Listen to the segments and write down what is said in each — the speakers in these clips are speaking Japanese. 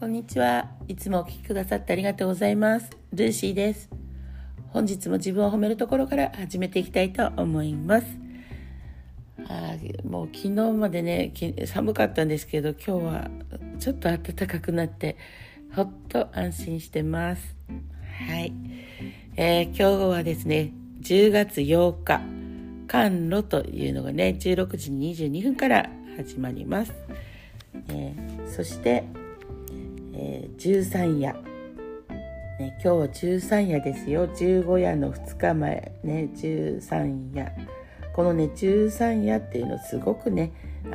こんにちは。いつもお聞きくださってありがとうございます。ルーシーです。本日も自分を褒めるところから始めていきたいと思います。もう昨日までね寒かったんですけど、今日はちょっと暖かくなってほっと安心してます。はい、今日はですね10月8日甘露というのがね16時22分から始まります。そして十三夜、今日は十三夜ですよ。十五夜の2日前ね、十三夜。このね十三夜っていうのすごくね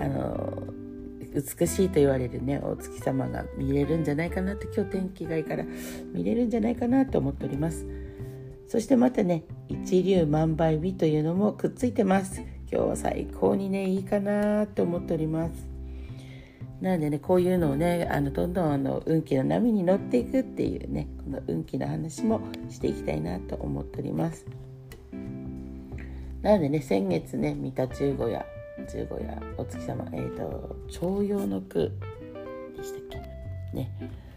美しいと言われるねお月様が見れるんじゃないかなって、今日天気がいいから見れるんじゃないかなと思っております。そしてまたね一粒万倍日というのもくっついてます。今日は最高にねいいかなと思っております。なのでねこういうのをねどんどん運気の波に乗っていくっていうね、この運気の話もしていきたいなと思っております。なのでね先月ね見た十五夜お月様重陽の句でしたっけね。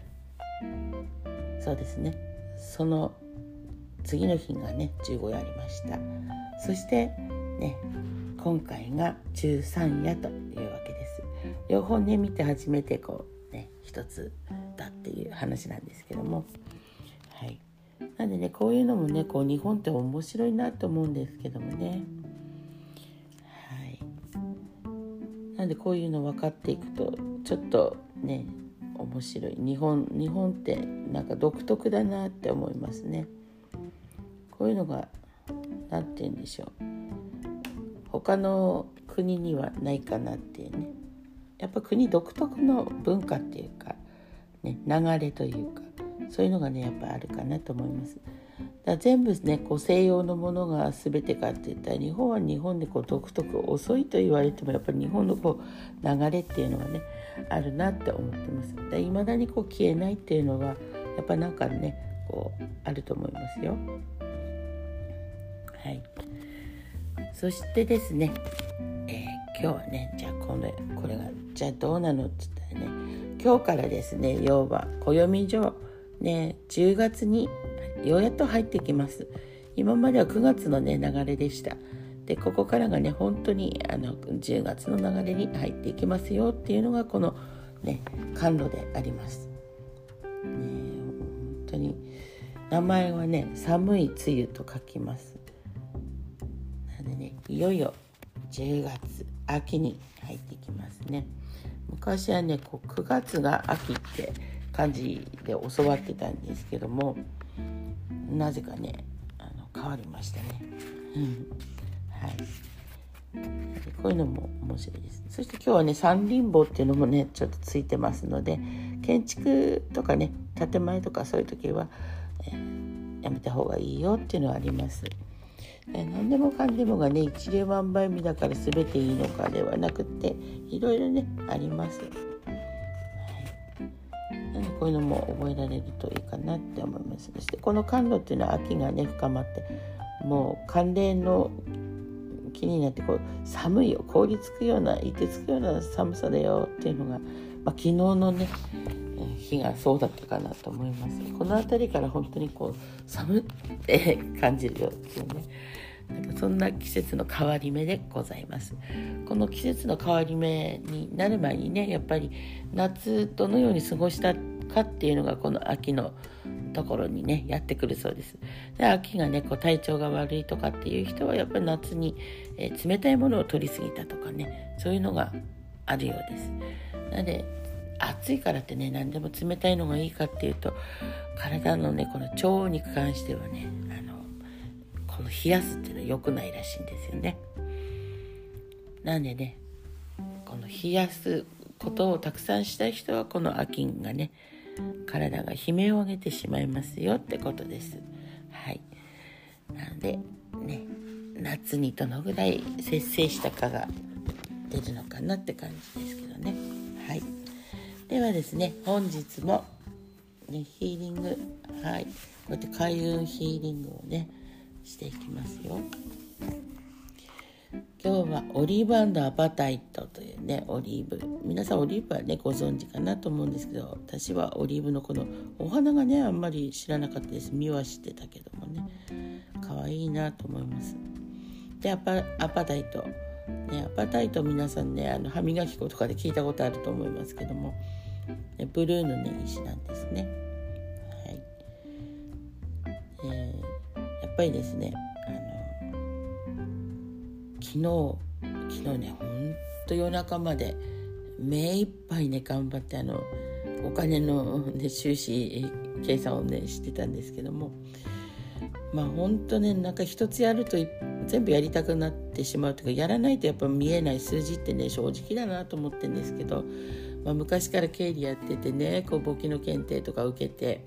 そうですね、その次の日がね十五夜ありました。そしてね今回が十三夜というわけです。両方ね見て初めて一つだっていう話なんですけども、はい。なんでねこういうのもね日本って面白いなと思うんですけどもね、はい。なんでこういうの分かっていくとちょっとね面白い。日本ってなんか独特だなって思いますね。こういうのがなんて言うんでしょう、他の国にはないかなっていうね。やっぱ国独特の文化っていうか、ね、流れというかそういうのがねやっぱあるかなと思います。だから全部ね西洋のものが全てかって言ったら、日本は日本で独特、遅いと言われてもやっぱり日本の流れっていうのはねあるなって思ってます。いまだに消えないっていうのはやっぱなんかねあると思いますよ。はい。そしてですね、今日はねじゃあこれがじゃあどうなのって言ったらね、今日からですね要は暦上ね10月にようやっと入ってきます。今までは9月のね流れでした。でここからがね本当に10月の流れに入っていきますよっていうのがこのね甘露であります。ね、本当に名前はね寒い梅雨と書きます。なのでねいよいよ10月秋に入ってきますね。昔はね9月が秋って感じで教わってたんですけども、なぜかね変わりましたね。はい。こういうのも面白いです。そして今日はね三輪棒っていうのもねちょっとついてますので、建築とかね建前とかそういう時は、やめた方がいいよっていうのはあります。何でもかんでもがね一粒万倍日だから全ていいのかではなくて、いろいろねあります。はい。なのでこういうのも覚えられるといいかなって思います。そしてこの甘露っていうのは秋がね深まって、もう寒冷の気になって寒いよ、凍りつくような、凍てつくような寒さだよっていうのが、昨日のね日がそうだったかなと思います。この辺りから本当に寒って感じるよっていうね、なんかそんな季節の変わり目でございます。この季節の変わり目になる前にねやっぱり夏どのように過ごしたかっていうのがこの秋のところにねやってくるそうです。で秋がね体調が悪いとかっていう人はやっぱり夏に、冷たいものを取りすぎたとかね、そういうのがあるようです。なので暑いからってね何でも冷たいのがいいかっていうと、体のねこの腸に関してはねこの冷やすっていうのは良くないらしいんですよね。なんでねこの冷やすことをたくさんしたい人はこの秋がね体が悲鳴を上げてしまいますよってことです。はい。なのでね夏にどのぐらい節制したかが出るのかなって感じですけどね。はい。ではですね本日もねヒーリング、はい、こうやって開運ヒーリングをねしていきますよ。 今日はオリーブ&アパタイトというね、オリーブ、皆さんオリーブはねご存知かなと思うんですけど、私はオリーブのこのお花がねあんまり知らなかったです。見はしてたけどもね、可愛いなと思います。でアパタイトね、アパタイト皆さんね歯磨き粉とかで聞いたことあると思いますけども、ブルーのね石なんですね。はい。やっぱりですね、昨日ねほんと夜中まで目いっぱいね頑張ってお金の、ね、収支計算をねしてたんですけども、ほんとねなんか一つやると全部やりたくなってしまうというか、やらないとやっぱ見えない数字ってね正直だなと思ってるんですけど、昔から経理やっててね簿記の検定とか受けて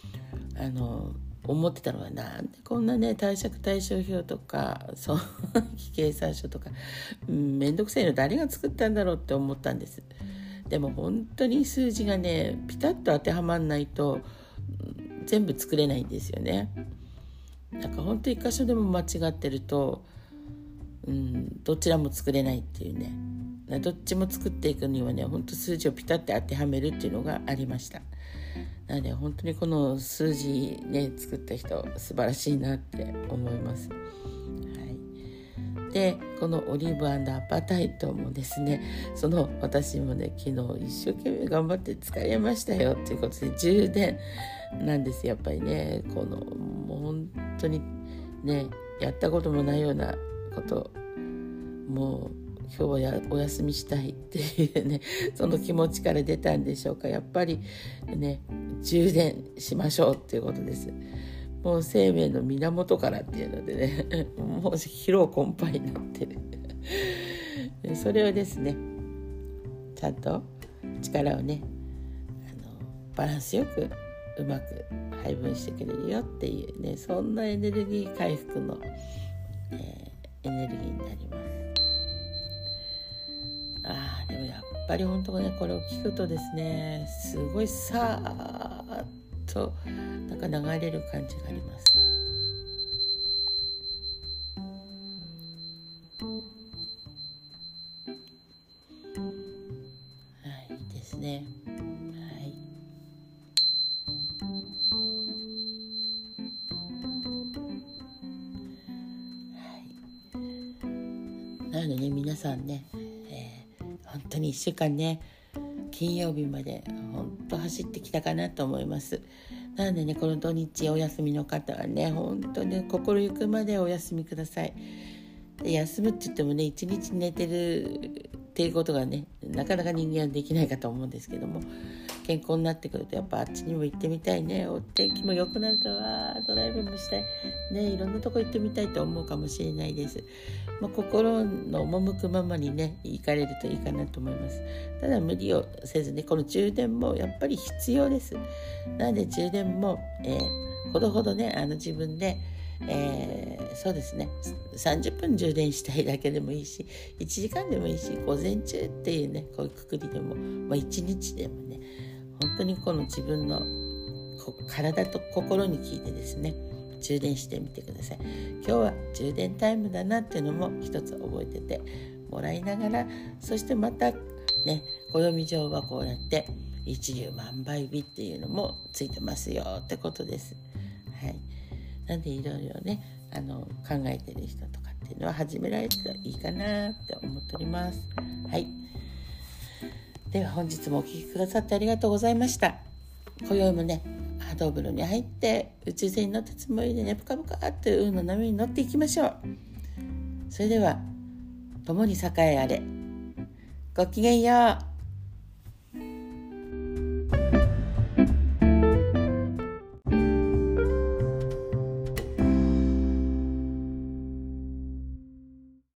思ってたのは、なんでこんなね貸借対照表とか損益計算書とかめんどくさいの誰が作ったんだろうって思ったんです。でも本当に数字がねピタッと当てはまんないと全部作れないんですよね。なんか本当一箇所でも間違ってると、どちらも作れないっていうね、どっちも作っていくにはね本当数字をピタッと当てはめるっていうのがありました。なので本当にこの数字ね作った人素晴らしいなって思います。はい。でこのオリーブ&アパタイトもですね、私もね昨日一生懸命頑張って使いましたよということで充電なんです。やっぱりねもう本当にねやったこともないようなこと、もう今日はお休みしたいっていうねその気持ちから出たんでしょうか。やっぱりね充電しましょうっていうことです。もう生命の源からっていうのでねもう疲労困憊になってるそれをですねちゃんと力をねバランスよくうまく配分してくれるよっていうね、そんなエネルギー回復の、エネルギーになります。でもやっぱり本当ねこれを聞くとですね、すごいさーっとなんか流れる感じがあります。はい、いいですね。はい。なのでね皆さんね、本当に1週間ね金曜日まで本当走ってきたかなと思います。なのでねこの土日お休みの方はね本当に心ゆくまでお休みください。で休むって言ってもね一日寝てるっていうことがねなかなか人間はできないかと思うんですけども、健康になってくるとやっぱあっちにも行ってみたいね、お天気も良くなるとドライブもしたいね、いろんなとこ行ってみたいと思うかもしれないです。心の赴くままにね行かれるといいかなと思います。ただ無理をせずね、この充電もやっぱり必要です。なので充電も、ほどほどね自分でそうですね30分充電したいだけでもいいし1時間でもいいし午前中っていうねこういうくくりでも、1日でもね本当にこの自分の体と心に聞いてですね充電してみてください。今日は充電タイムだなっていうのも一つ覚えててもらいながら、そしてまたね暦上はこうやって一粒万倍日っていうのもついてますよってことです。はい。なんでいろいろね考えてる人とかっていうのは始められるといいかなって思っております。はい。では本日もお聞きくださってありがとうございました。今宵もね波動風呂に入って宇宙船に乗ったつもりでねぷかぷかって運の波に乗っていきましょう。それでは共に栄えあれ。ごきげんよう。